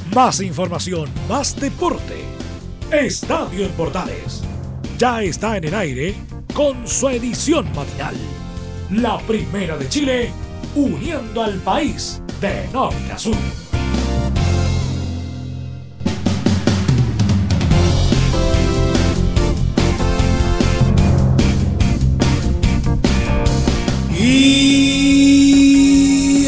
Más información, más deporte. Estadio en Portales ya está en el aire con su edición matinal. La primera de Chile, uniendo al país de norte a sur. Y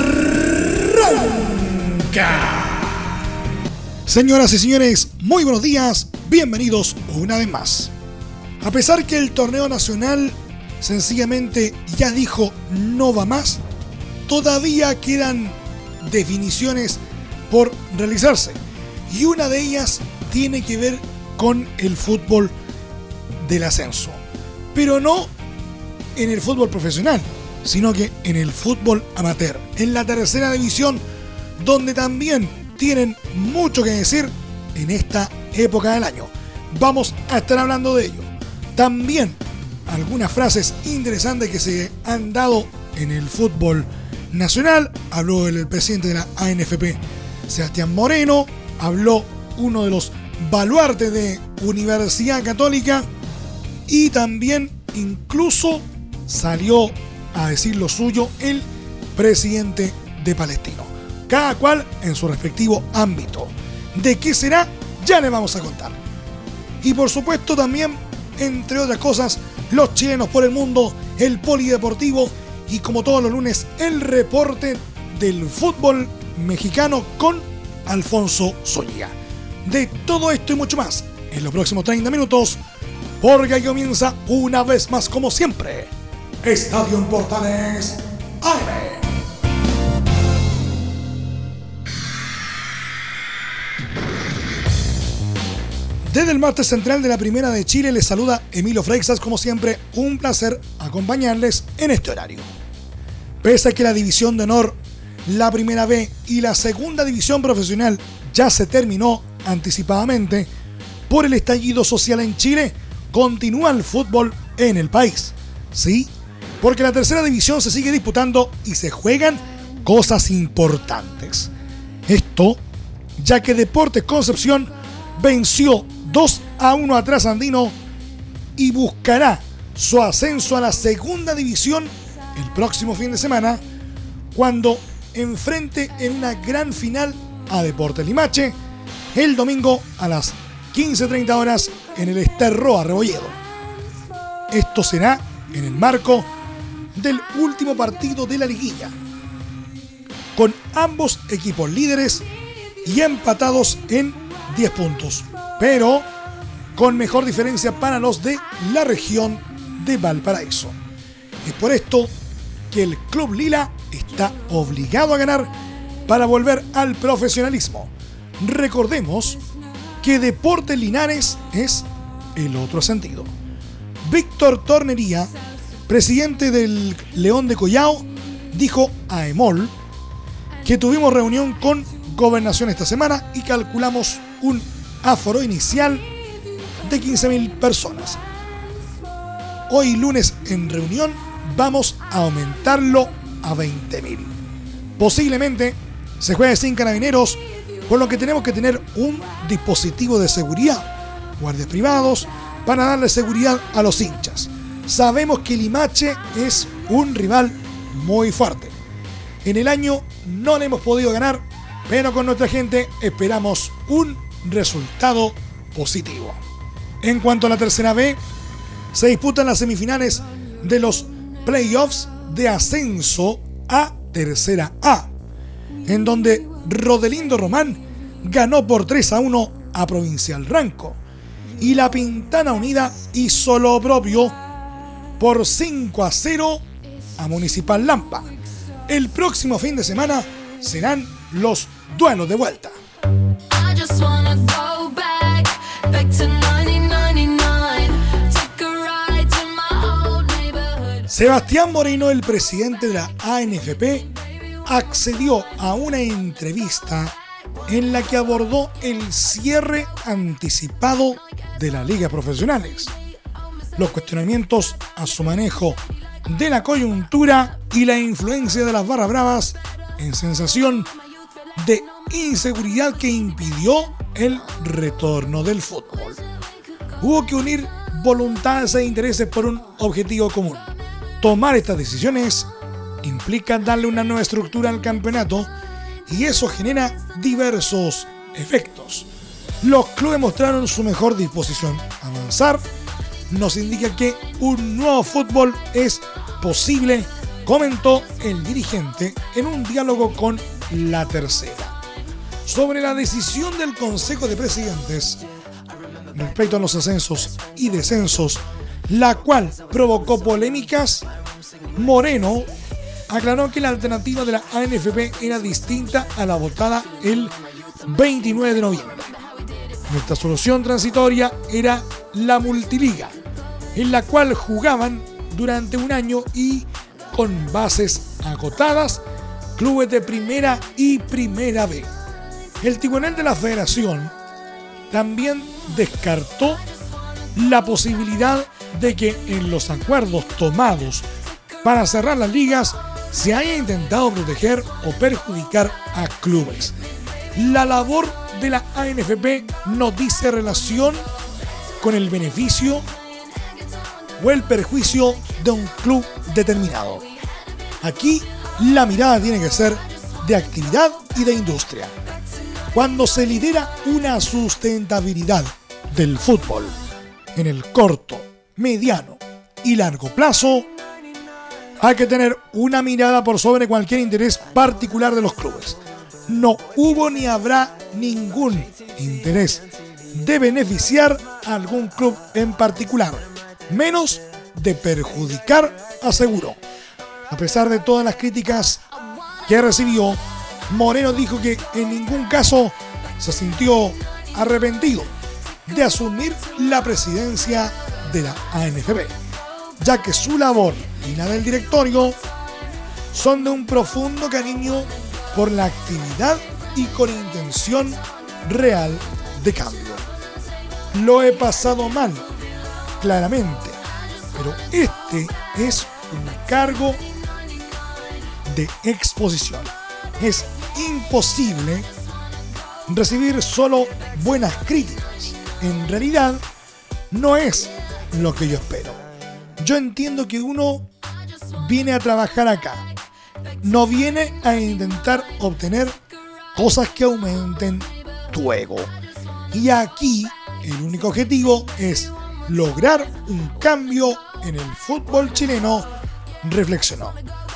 arranca. Señoras y señores, muy buenos días, bienvenidos una vez más. A pesar que el torneo nacional sencillamente ya dijo no va más, todavía quedan definiciones por realizarse. Y una de ellas tiene que ver con el fútbol del ascenso. Pero no en el fútbol profesional, sino que en el fútbol amateur, en la tercera división, donde también tienen mucho que decir en esta época del año. Vamos a estar hablando de ello. También algunas frases interesantes que se han dado en el fútbol nacional. Habló el presidente de la ANFP, Sebastián Moreno. Habló uno de los baluartes de Universidad Católica. Y también incluso salió a decir lo suyo el presidente de Palestino. Cada cual en su respectivo ámbito. ¿De qué será? Ya le vamos a contar. Y por supuesto también, entre otras cosas, los chilenos por el mundo, el polideportivo y como todos los lunes, el reporte del fútbol mexicano con Alfonso Zúñiga. De todo esto y mucho más en los próximos 30 minutos, porque ahí comienza una vez más como siempre, Estadio en Portales AM. Desde el martes central de la Primera de Chile les saluda Emilio Freixas, como siempre, un placer acompañarles en este horario. Pese a que la División de Honor, la Primera B y la Segunda División Profesional ya se terminó anticipadamente, por el estallido social en Chile, continúa el fútbol en el país. Sí, porque la tercera división se sigue disputando y se juegan cosas importantes. Esto, ya que Deportes Concepción venció 2-1 a Trasandino y buscará su ascenso a la segunda división el próximo fin de semana, cuando enfrente en una gran final a Deportes Limache el domingo a las 15:30 horas en el Esterroa Rebolledo. Esto será en el marco del último partido de la liguilla, con ambos equipos líderes y empatados en 10 puntos, pero con mejor diferencia para los de la región de Valparaíso. Es por esto que el Club Lila está obligado a ganar para volver al profesionalismo. Recordemos que Deportes Linares es el otro sentido. Víctor Tornería, presidente del León de Collao, dijo a EMOL que tuvimos reunión con Gobernación esta semana y calculamos un aforo inicial de 15.000 personas. Hoy lunes en reunión vamos a aumentarlo a 20.000. Posiblemente se juegue sin carabineros, por lo que tenemos que tener un dispositivo de seguridad, guardias privados, para darle seguridad a los hinchas. Sabemos que Limache es un rival muy fuerte. En el año no le hemos podido ganar, pero con nuestra gente esperamos un resultado positivo. En cuanto a la tercera B, se disputan las semifinales de los playoffs de ascenso a tercera A, en donde Rodelindo Román ganó por 3-1 a Provincial Ranco y la Pintana Unida hizo lo propio por 5-0 a Municipal Lampa. El próximo fin de semana serán los duelos de vuelta. Sebastián Moreno, el presidente de la ANFP, accedió a una entrevista en la que abordó el cierre anticipado de la Liga Profesionales, los cuestionamientos a su manejo de la coyuntura y la influencia de las barras bravas en sensación de inseguridad que impidió el retorno del fútbol. Hubo que unir voluntades e intereses por un objetivo común. Tomar estas decisiones implica darle una nueva estructura al campeonato y eso genera diversos efectos. Los clubes mostraron su mejor disposición. Avanzar nos indica que un nuevo fútbol es posible, comentó el dirigente en un diálogo con La Tercera. Sobre la decisión del Consejo de Presidentes respecto a los ascensos y descensos, la cual provocó polémicas, Moreno aclaró que la alternativa de la ANFP era distinta a la votada el 29 de noviembre. Nuestra solución transitoria era la multiliga, en la cual jugaban durante un año y con bases acotadas clubes de primera y primera B. El tribunal de la federación también descartó la posibilidad de que en los acuerdos tomados para cerrar las ligas se haya intentado proteger o perjudicar a clubes. La labor de la ANFP no dice relación con el beneficio o el perjuicio de un club determinado. Aquí la mirada tiene que ser de actividad y de industria. Cuando se lidera una sustentabilidad del fútbol en el corto, mediano y largo plazo, hay que tener una mirada por sobre cualquier interés particular de los clubes. No hubo ni habrá ningún interés de beneficiar a algún club en particular, menos de perjudicar, aseguró. A pesar de todas las críticas que recibió, Moreno dijo que en ningún caso se sintió arrepentido de asumir la presidencia de la ANFP, ya que su labor y la del directorio son de un profundo cariño por la actividad y con intención real de cambio. Lo he pasado mal, claramente, pero este es un cargo de exposición. Es imposible recibir solo buenas críticas. En realidad, no es lo que yo espero. Yo entiendo que uno viene a trabajar acá. No viene a intentar obtener cosas que aumenten tu ego. Y aquí el único objetivo es lograr un cambio en el fútbol chileno, reflexionó.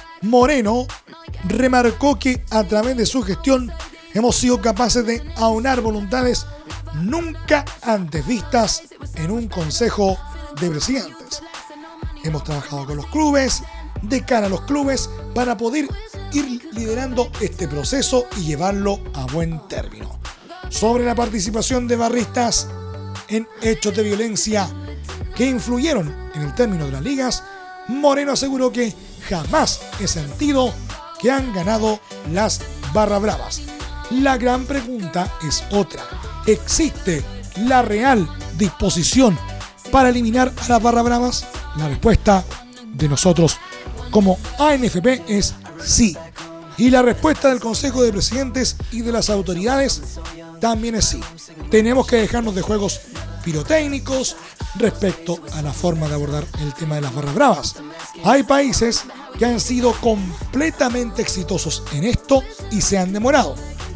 Moreno remarcó que a través de su gestión hemos sido capaces de aunar voluntades nunca antes vistas en un consejo de presidentes. Hemos trabajado con los clubes, de cara a los clubes, para poder ir liderando este proceso y llevarlo a buen término. Sobre la participación de barristas en hechos de violencia que influyeron en el término de las ligas, Moreno aseguró que jamás he sentido que han ganado las barras bravas. La gran pregunta es otra. ¿Existe la real disposición para eliminar a las barras bravas? La respuesta de nosotros como ANFP es sí. Y la respuesta del Consejo de Presidentes y de las autoridades también es sí. Tenemos que dejarnos de juegos pirotécnicos respecto a la forma de abordar el tema de las barras bravas. Hay países que han sido completamente exitosos en esto y se han demorado.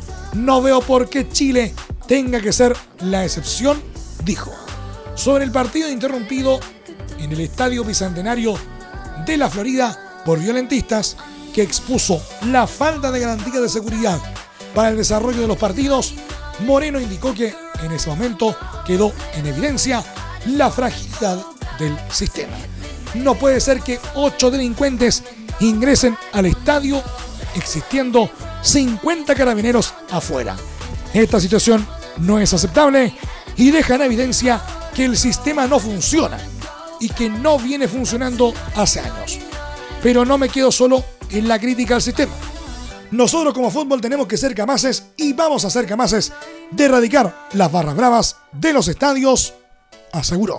No veo por qué Chile tenga que ser la excepción, dijo. Sobre el partido interrumpido en el Estadio Bicentenario de la Florida por violentistas, que expuso la falta de garantía de seguridad para el desarrollo de los partidos, Moreno indicó que en ese momento quedó en evidencia la fragilidad del sistema. No puede ser que 8 delincuentes ingresen al estadio existiendo 50 carabineros afuera. Esta situación no es aceptable y deja en evidencia que el sistema no funciona y que no viene funcionando hace años. Pero no me quedo solo en la crítica al sistema. Nosotros como fútbol tenemos que ser capaces y vamos a ser capaces de erradicar las barras bravas de los estadios, aseguró.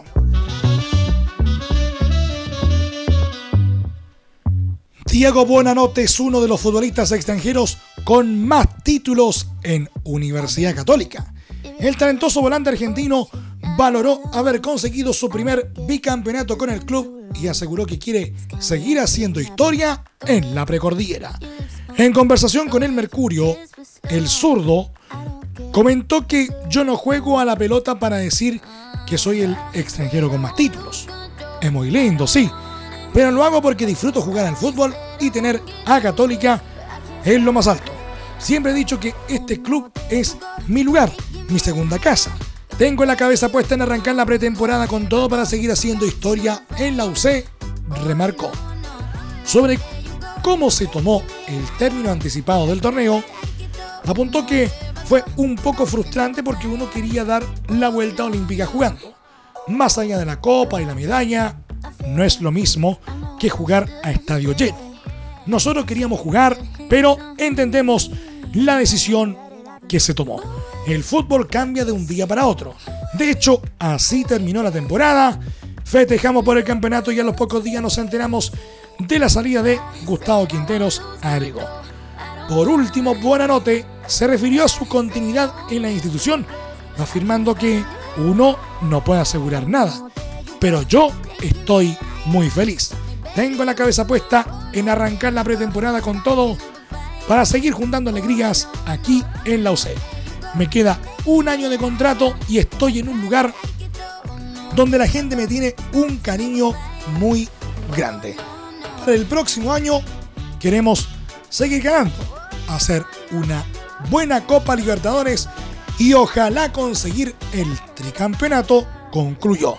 Thiago Buonanotte es uno de los futbolistas extranjeros con más títulos en Universidad Católica. El talentoso volante argentino valoró haber conseguido su primer bicampeonato con el club y aseguró que quiere seguir haciendo historia en la precordillera. En conversación con El Mercurio, el zurdo comentó que yo no juego a la pelota para decir que soy el extranjero con más títulos. Es muy lindo, sí, pero lo hago porque disfruto jugar al fútbol y tener a Católica es lo más alto. Siempre he dicho que este club es mi lugar, mi segunda casa. Tengo la cabeza puesta en arrancar la pretemporada con todo para seguir haciendo historia en la UC, remarcó. Sobre cómo se tomó el término anticipado del torneo, apuntó que fue un poco frustrante porque uno quería dar la vuelta olímpica jugando. Más allá de la copa y la medalla, no es lo mismo que jugar a estadio lleno. Nosotros queríamos jugar, pero entendemos la decisión que se tomó. El fútbol cambia de un día para otro. De hecho, así terminó la temporada. Festejamos por el campeonato y a los pocos días nos enteramos de la salida de Gustavo Quinteros, agregó. Por último, Buonanotte se refirió a su continuidad en la institución, afirmando que uno no puede asegurar nada, pero yo estoy muy feliz. Tengo la cabeza puesta en arrancar la pretemporada con todo para seguir juntando alegrías aquí en la UC. Me queda un año de contrato y estoy en un lugar donde la gente me tiene un cariño muy grande. Para el próximo año queremos seguir ganando, hacer una buena Copa Libertadores y ojalá conseguir el tricampeonato, concluyó.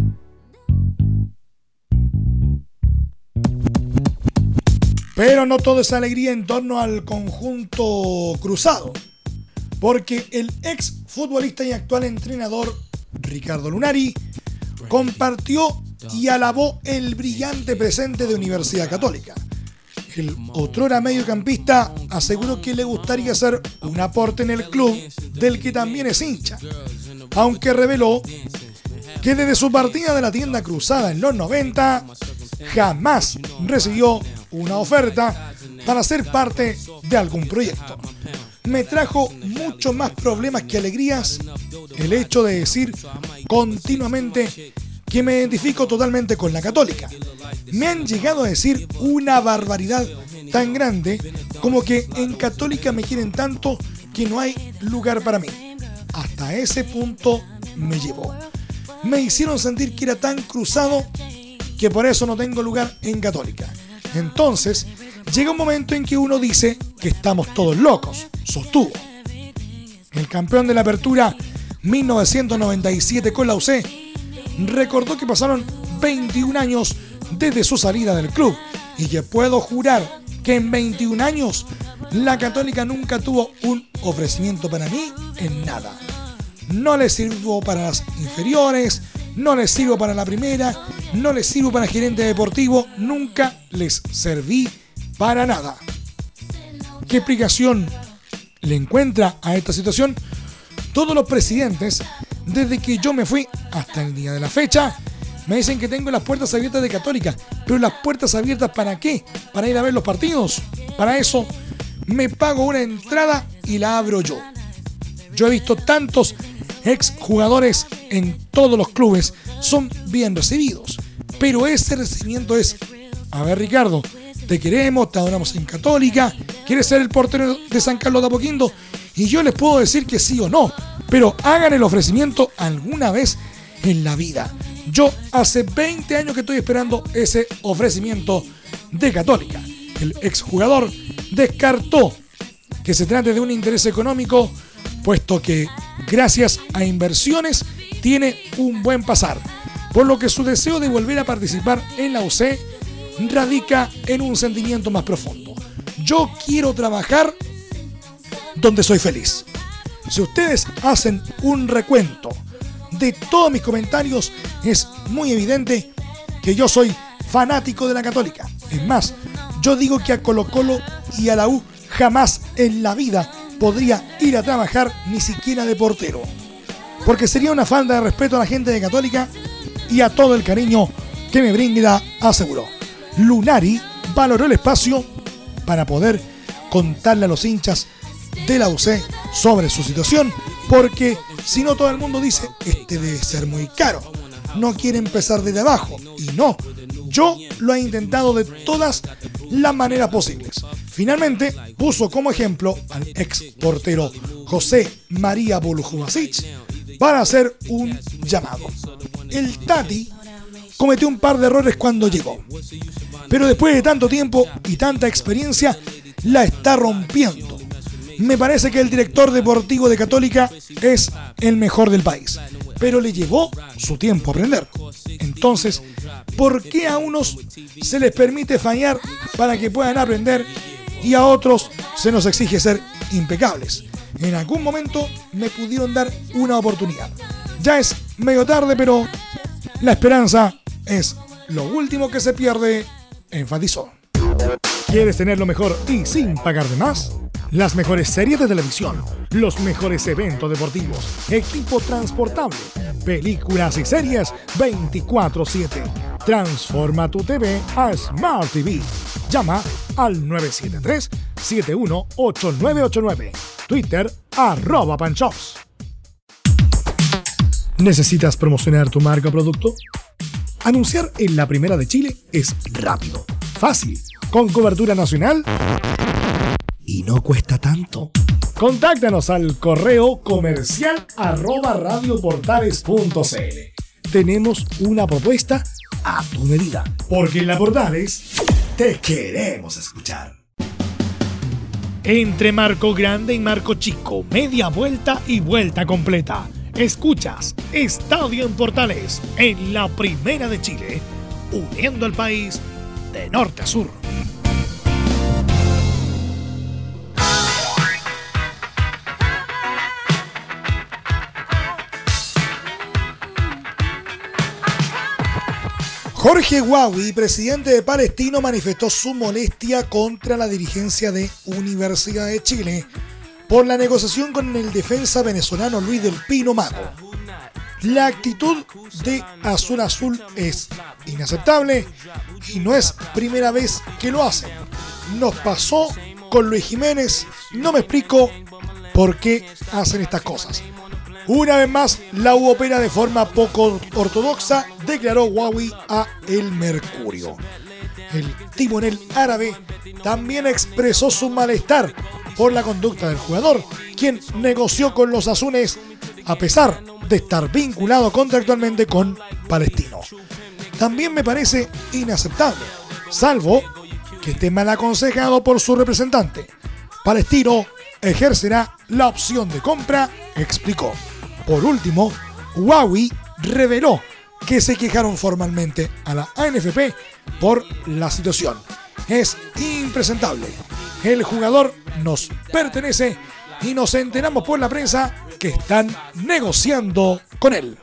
Pero no todo es alegría en torno al conjunto cruzado, porque el ex futbolista y actual entrenador Ricardo Lunari compartió y alabó el brillante presente de Universidad Católica. El otrora mediocampista aseguró que le gustaría hacer un aporte en el club del que también es hincha, aunque reveló que desde su partida de la tienda cruzada en los 90 jamás recibió una oferta para ser parte de algún proyecto. Me trajo mucho más problemas que alegrías el hecho de decir continuamente que me identifico totalmente con la Católica. Me han llegado a decir una barbaridad tan grande como que en Católica me quieren tanto que no hay lugar para mí. Hasta ese punto me llevó. Me hicieron sentir que era tan cruzado que por eso no tengo lugar en Católica. Entonces, llega un momento en que uno dice que estamos todos locos, sostuvo. El campeón de la Apertura 1997 con la UC recordó que pasaron 21 años desde su salida del club y que puedo jurar que en 21 años la Católica nunca tuvo un ofrecimiento para mí en nada. No les sirvo para las inferiores, no les sirvo para la primera, no les sirvo para gerente deportivo, nunca les serví para nada. ¿Qué explicación le encuentra a esta situación? Todos los presidentes, desde que yo me fui hasta el día de la fecha, me dicen que tengo las puertas abiertas de Católica. ¿Pero las puertas abiertas para qué? ¿Para ir a ver los partidos? Para eso me pago una entrada y la abro yo. Yo he visto tantos exjugadores en todos los clubes, son bien recibidos. Pero ese recibimiento es: a ver, Ricardo, te queremos, te adoramos en Católica, ¿quieres ser el portero de San Carlos de Apoquindo? Y yo les puedo decir que sí o no, pero hagan el ofrecimiento alguna vez en la vida. Yo hace 20 años que estoy esperando ese ofrecimiento de Católica. El exjugador descartó que se trate de un interés económico, puesto que gracias a inversiones tiene un buen pasar, por lo que su deseo de volver a participar en la UC radica en un sentimiento más profundo. Yo quiero trabajar donde soy feliz. Si ustedes hacen un recuento de todos mis comentarios, es muy evidente que yo soy fanático de la Católica. Es más, yo digo que a Colo-Colo y a la U jamás en la vida podría ir a trabajar ni siquiera de portero, porque sería una falta de respeto a la gente de Católica y a todo el cariño que me brinda, aseguró. Lunari valoró el espacio para poder contarle a los hinchas de la UC sobre su situación, porque si no todo el mundo dice, este debe ser muy caro, no quiere empezar desde abajo, y no, yo lo he intentado de todas las maneras posibles. Finalmente puso como ejemplo al ex portero José María Buljubasic para hacer un llamado. El Tati cometió un par de errores cuando llegó, pero después de tanto tiempo y tanta experiencia la está rompiendo. Me parece que el director deportivo de Católica es el mejor del país, pero le llevó su tiempo aprender. Entonces, ¿por qué a unos se les permite fallar para que puedan aprender y a otros se nos exige ser impecables? En algún momento me pudieron dar una oportunidad. Ya es medio tarde, pero la esperanza es lo último que se pierde, enfatizó. ¿Quieres tener lo mejor y sin pagar de más? Las mejores series de televisión, los mejores eventos deportivos, equipo transportable, películas y series 24/7. Transforma tu TV a Smart TV. Llama al 973-718989. Twitter @Panchops. ¿Necesitas promocionar tu marca o producto? Anunciar en la Primera de Chile es rápido, fácil, con cobertura nacional y no cuesta tanto. Contáctanos al correo comercial @radioportales.cl. Tenemos una propuesta a tu medida, porque en la Portales te queremos escuchar. Entre Marco Grande y Marco Chico, media vuelta y vuelta completa. Escuchas Estadio en Portales en la Primera de Chile, uniendo al país de norte a sur. Jorge Huawi, presidente de Palestino, manifestó su molestia contra la dirigencia de Universidad de Chile por la negociación con el defensa venezolano Luis del Pino Mago. La actitud de Azul Azul es inaceptable y no es primera vez que lo hace. Nos pasó con Luis Jiménez, no me explico por qué hacen estas cosas. Una vez más, la U opera de forma poco ortodoxa, declaró Huawi a El Mercurio. El timonel árabe también expresó su malestar por la conducta del jugador, quien negoció con los azules a pesar de estar vinculado contractualmente con Palestino. También me parece inaceptable, salvo que esté mal aconsejado por su representante. Palestino ejercerá la opción de compra, explicó. Por último, Huawi reveló que se quejaron formalmente a la ANFP por la situación. Es impresentable. El jugador nos pertenece y nos enteramos por la prensa que están negociando con él.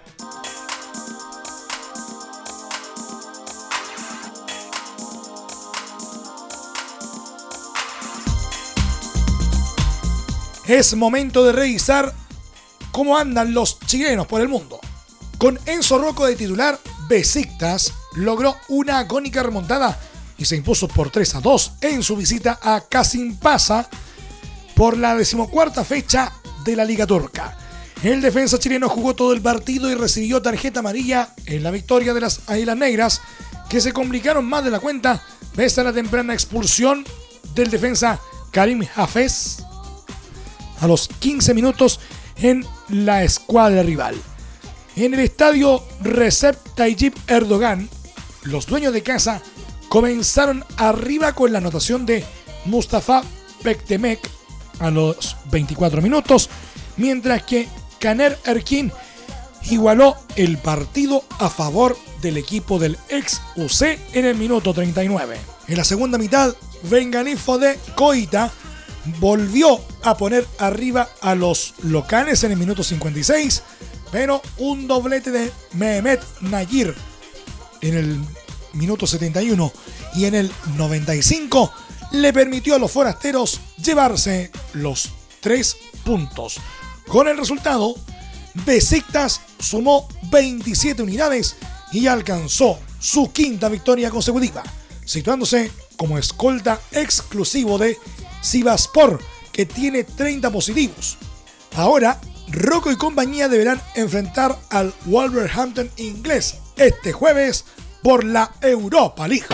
Es momento de revisar cómo andan los chilenos por el mundo. Con Enzo Rocco de titular, Besiktas logró una agónica remontada y se impuso por 3-2 en su visita a Kasimpasa por la 14ª fecha de la Liga Turca. El defensa chileno jugó todo el partido y recibió tarjeta amarilla en la victoria de las Águilas Negras, que se complicaron más de la cuenta pese a la temprana expulsión del defensa Karim Hafez a los 15 minutos en la escuadra rival. En el estadio Recep Tayyip Erdogan, los dueños de casa comenzaron arriba con la anotación de Mustafa Bekdemek a los 24 minutos, mientras que Caner Erkin igualó el partido a favor del equipo del ex UC en el minuto 39. En la segunda mitad, Bengali Fode Koita volvió a poner arriba a los locales en el minuto 56, pero un doblete de Mehmet Nayir en el minuto 71 y en el 95 le permitió a los forasteros llevarse los 3 puntos. Con el resultado, Besiktas sumó 27 unidades y alcanzó su 5ª victoria consecutiva, situándose como escolta exclusivo de Sivasspor, que tiene 30 positivos. Ahora, Rocco y compañía deberán enfrentar al Wolverhampton inglés este jueves por la Europa League.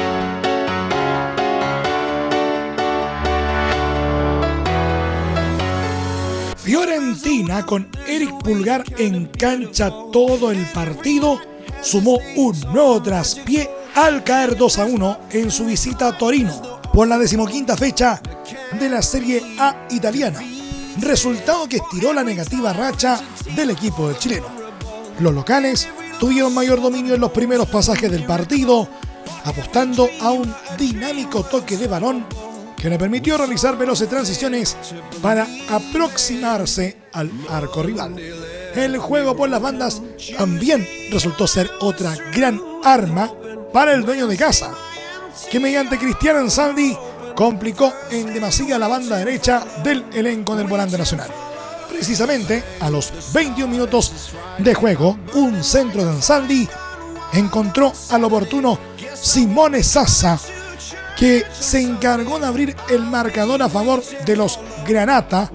Fiorentina, con Eric Pulgar en cancha todo el partido, sumó un nuevo traspié al caer 2-1 en su visita a Torino por la 15ª fecha de la Serie A italiana, resultado que estiró la negativa racha del equipo del chileno. Los locales tuvieron mayor dominio en los primeros pasajes del partido, apostando a un dinámico toque de balón que le permitió realizar veloces transiciones para aproximarse al arco rival. El juego por las bandas también resultó ser otra gran arma para el dueño de casa, que mediante Cristian Ansaldi complicó en demasía la banda derecha del elenco del volante nacional. Precisamente a los 21 minutos de juego, un centro de Ansaldi encontró al oportuno Simone Sassa, que se encargó de abrir el marcador a favor de los Granata,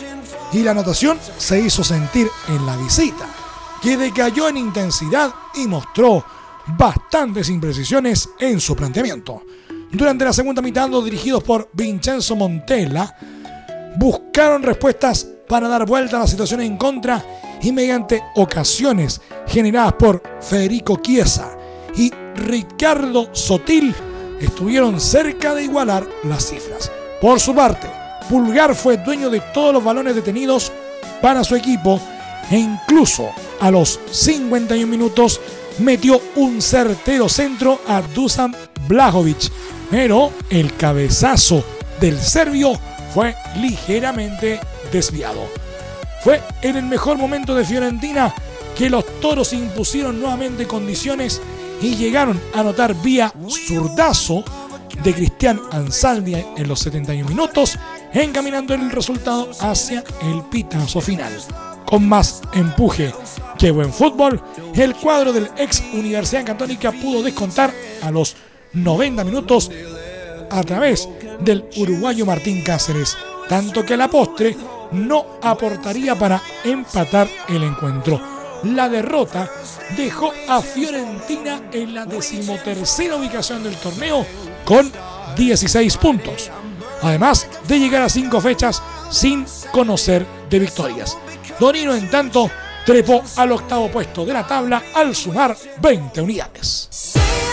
y la anotación se hizo sentir en la visita, que decayó en intensidad y mostró bastantes imprecisiones en su planteamiento. Durante la segunda mitad, los dirigidos por Vincenzo Montella buscaron respuestas para dar vuelta a la situación en contra, y mediante ocasiones generadas por Federico Chiesa y Ricardo Sotil estuvieron cerca de igualar las cifras. Por su parte, Pulgar fue dueño de todos los balones detenidos para su equipo e incluso a los 51 minutos metió un certero centro a Dusan Blažević, pero el cabezazo del serbio fue ligeramente desviado. Fue en el mejor momento de Fiorentina que los toros impusieron nuevamente condiciones y llegaron a anotar vía zurdazo de Cristian Ansaldi en los 71 minutos, encaminando el resultado hacia el pitazo final. Con más empuje que buen fútbol, el cuadro del ex Universidad Católica pudo descontar a los 90 minutos a través del uruguayo Martín Cáceres, tanto que a la postre no aportaría para empatar el encuentro. La derrota dejó a Fiorentina en la 13ª ubicación del torneo con 16 puntos, además de llegar a 5 fechas sin conocer de victorias. Torino, en tanto, trepó al 8º puesto de la tabla al sumar 20 unidades.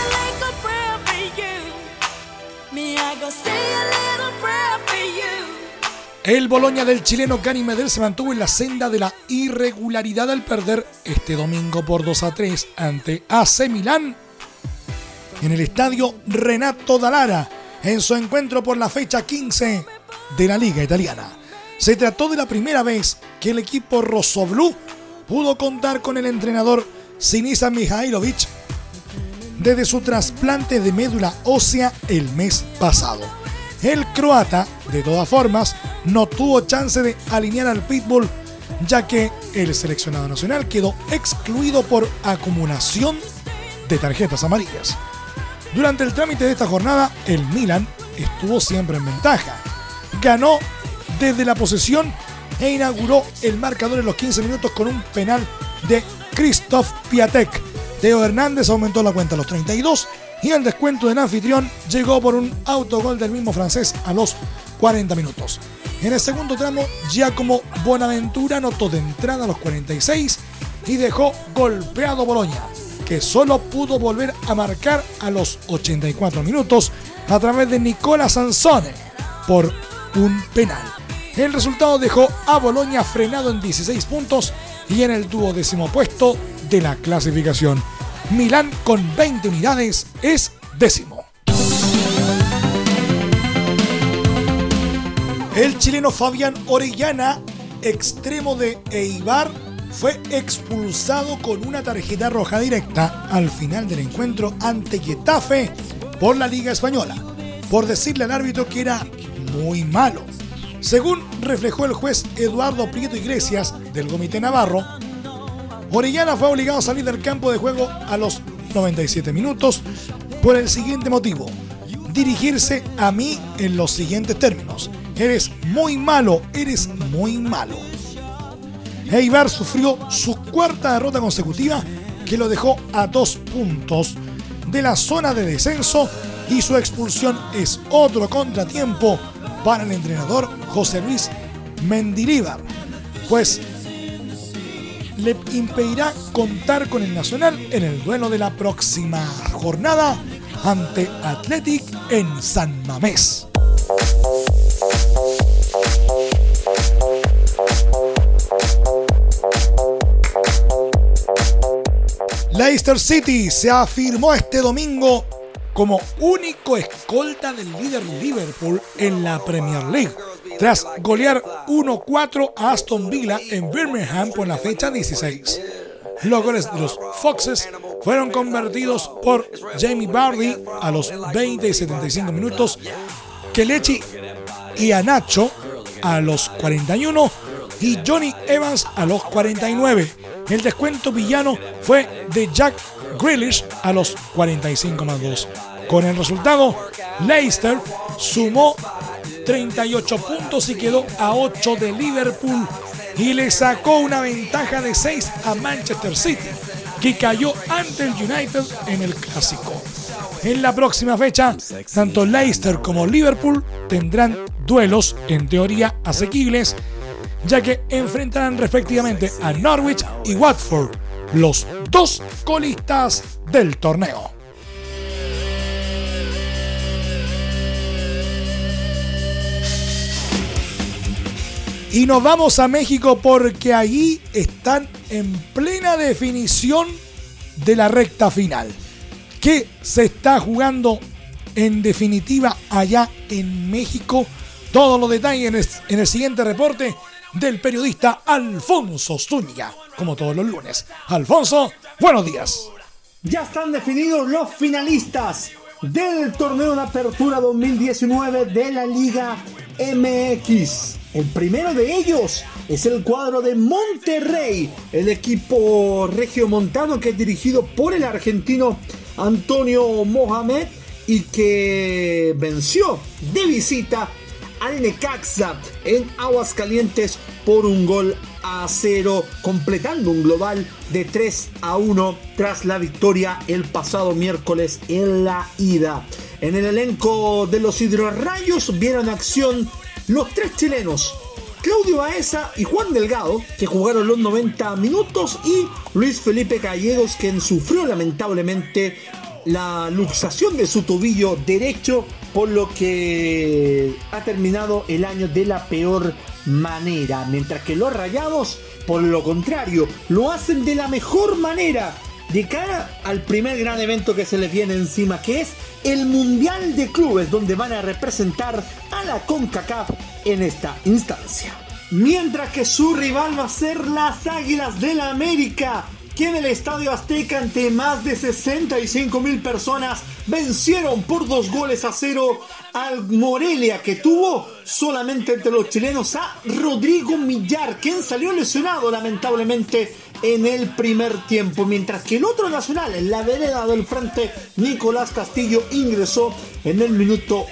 El Bologna del chileno Gary Medel se mantuvo en la senda de la irregularidad al perder este domingo por 2-3 ante AC Milán en el estadio Renato Dallara en su encuentro por la fecha 15 de la Liga Italiana. Se trató de la primera vez que el equipo rossoblù pudo contar con el entrenador Sinisa Mihajlovic desde su trasplante de médula ósea el mes pasado. El croata, de todas formas, no tuvo chance de alinear al Pitbull, ya que el seleccionado nacional quedó excluido por acumulación de tarjetas amarillas. Durante el trámite de esta jornada, el Milan estuvo siempre en ventaja. Ganó desde la posesión e inauguró el marcador en los 15 minutos con un penal de Krzysztof Piatek. Teo Hernández aumentó la cuenta a los 32 y el descuento del anfitrión llegó por un autogol del mismo francés a los 40 minutos. En el segundo tramo, Giacomo Bonaventura anotó de entrada a los 46 y dejó golpeado Bologna, que solo pudo volver a marcar a los 84 minutos a través de Nicola Sansone por un penal. El resultado dejó a Bologna frenado en 16 puntos y en el 12º puesto de la clasificación. Milán, con 20 unidades, es 10º. El chileno Fabián Orellana, extremo de Eibar, fue expulsado con una tarjeta roja directa al final del encuentro ante Getafe por la Liga Española, por decirle al árbitro que era muy malo. Según reflejó el juez Eduardo Prieto Iglesias del Comité Navarro, Orellana fue obligado a salir del campo de juego a los 97 minutos por el siguiente motivo: dirigirse a mí en los siguientes términos. Eres muy malo, eres muy malo. Eibar sufrió su cuarta derrota consecutiva que lo dejó a 2 puntos de la zona de descenso y su expulsión es otro contratiempo para el entrenador José Luis Mendilibar, pues le impedirá contar con el Nacional en el duelo de la próxima jornada ante Athletic en San Mamés. Leicester City se afirmó este domingo como único escolta del líder Liverpool en la Premier League, tras golear 1-4 a Aston Villa en Birmingham por la fecha 16. Los goles de los Foxes fueron convertidos por Jamie Vardy a los 20 y 75 minutos, Kelechi Iheanacho a los 41 y Johnny Evans a los 49. El descuento villano fue de Jack Grealish a los 45+2. Con el resultado, Leicester sumó 38 puntos y quedó a 8 de Liverpool y le sacó una ventaja de 6 a Manchester City, que cayó ante el United en el Clásico. En la próxima fecha, tanto Leicester como Liverpool tendrán duelos en teoría asequibles, ya que enfrentarán respectivamente a Norwich y Watford, los dos colistas del torneo. Y nos vamos a México porque allí están en plena definición de la recta final. ¿Qué se está jugando en definitiva allá en México? Todos los detalles en el siguiente reporte del periodista Alfonso Zúñiga, como todos los lunes. Alfonso, buenos días. Ya están definidos los finalistas del torneo de apertura 2019 de la Liga MX. El primero de ellos es el cuadro de Monterrey, el equipo regiomontano que es dirigido por el argentino Antonio Mohamed y que venció de visita al Necaxa en Aguascalientes por 1-0, completando un global de 3-1 tras la victoria el pasado miércoles en la ida. En el elenco de los hidrorrayos vieron acción los tres chilenos, Claudio Baeza y Juan Delgado, que jugaron los 90 minutos, y Luis Felipe Gallegos, quien sufrió lamentablemente la luxación de su tobillo derecho, por lo que ha terminado el año de la peor manera, mientras que los rayados, por lo contrario, lo hacen de la mejor manera de cara al primer gran evento que se les viene encima, que es el Mundial de Clubes, donde van a representar a la CONCACAF en esta instancia. Mientras que su rival va a ser las Águilas del la América, que en el Estadio Azteca, ante más de 65,000 personas, vencieron por 2-0 al Morelia, que tuvo solamente entre los chilenos a Rodrigo Millar, quien salió lesionado lamentablemente en el primer tiempo, mientras que el otro nacional, en la vereda del frente, Nicolás Castillo, ingresó en el minuto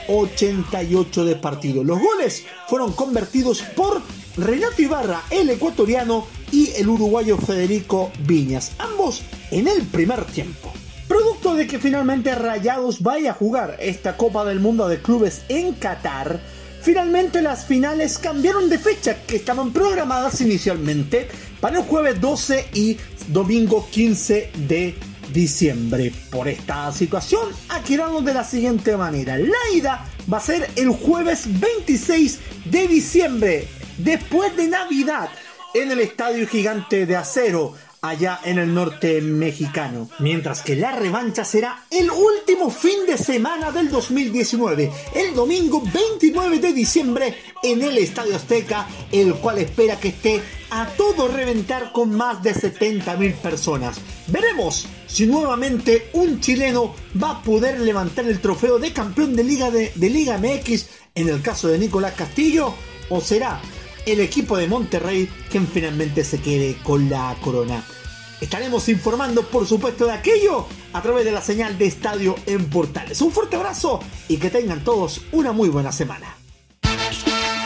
88 de partido. Los goles fueron convertidos por Renato Ibarra, el ecuatoriano, y el uruguayo Federico Viñas, ambos en el primer tiempo. Producto de que finalmente Rayados vaya a jugar esta Copa del Mundo de Clubes en Qatar, finalmente las finales cambiaron de fecha, que estaban programadas inicialmente para el jueves 12 y domingo 15 de diciembre. Por esta situación, aquí vamos de la siguiente manera. La ida va a ser el jueves 26 de diciembre, después de Navidad, en el Estadio Gigante de Acero, allá en el norte mexicano. Mientras que la revancha será el último fin de semana del 2019, el domingo 29 de diciembre, en el Estadio Azteca, el cual espera que esté a todo reventar con más de 70,000 personas. Veremos si nuevamente un chileno va a poder levantar el trofeo de campeón de Liga MX, en el caso de Nicolás Castillo, o será el equipo de Monterrey quien finalmente se quede con la corona. Estaremos informando, por supuesto, de aquello a través de la señal de Estadio en Portales. Un fuerte abrazo y que tengan todos una muy buena semana.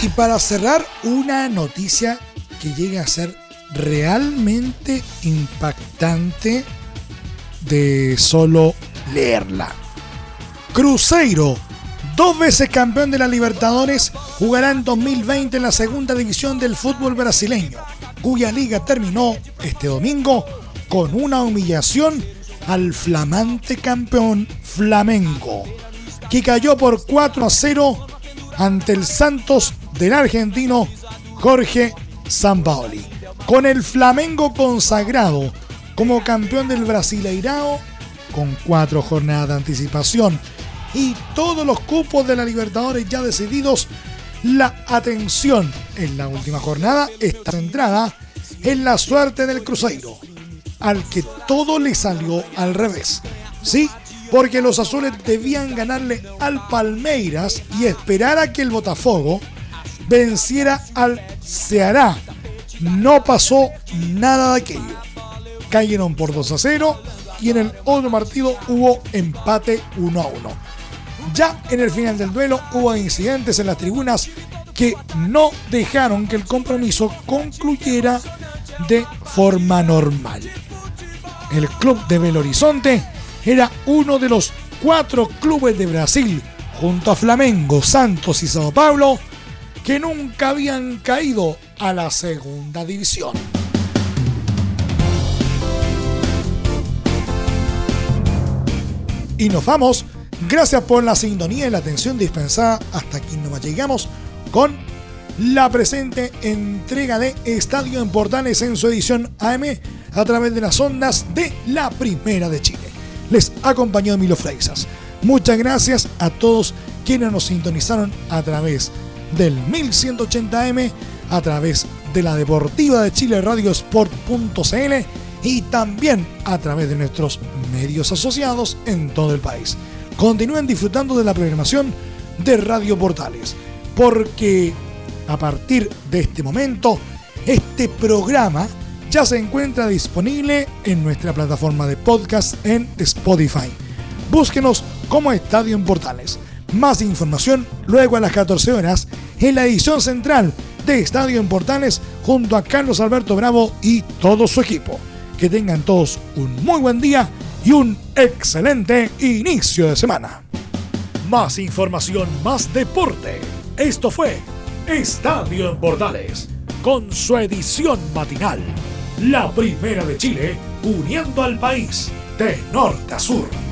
Y para cerrar, una noticia que llega a ser realmente impactante de solo leerla. Cruzeiro, 2 veces campeón de la Libertadores, jugará en 2020 en la segunda división del fútbol brasileño, cuya liga terminó este domingo con una humillación al flamante campeón Flamengo, que cayó por 4-0 ante el Santos del argentino Jorge Sampaoli, con el Flamengo consagrado como campeón del Brasileirao con 4 jornadas de anticipación y todos los cupos de la Libertadores ya decididos. La atención en la última jornada está centrada en la suerte del Cruzeiro, al que todo le salió al revés. Sí, porque los azules debían ganarle al Palmeiras y esperar a que el Botafogo venciera al Ceará. No pasó nada de aquello. Cayeron por 2-0 y en el otro partido hubo empate 1-1. Ya en el final del duelo hubo incidentes en las tribunas que no dejaron que el compromiso concluyera de forma normal. El club de Belo Horizonte era uno de los 4 clubes de Brasil, junto a Flamengo, Santos y Sao Paulo, que nunca habían caído a la segunda división. Y nos vamos. Gracias por la sintonía y la atención dispensada. Hasta aquí nomás llegamos con la presente entrega de Estadio en Portales en su edición AM a través de las ondas de la Primera de Chile. Les acompañó Emilio Freixas. Muchas gracias a todos quienes nos sintonizaron a través del 1180M, a través de la Deportiva de Chile Radiosport.cl y también a través de nuestros medios asociados en todo el país. Continúen disfrutando de la programación de Radio Portales, porque a partir de este momento, este programa ya se encuentra disponible en nuestra plataforma de podcast en Spotify. Búsquenos como Estadio en Portales. Más información luego a las 14 horas en la edición central de Estadio en Portales junto a Carlos Alberto Bravo y todo su equipo. Que tengan todos un muy buen día y un excelente inicio de semana. Más información, más deporte. Esto fue Estadio en Portales, con su edición matinal. La Primera de Chile, uniendo al país de norte a sur.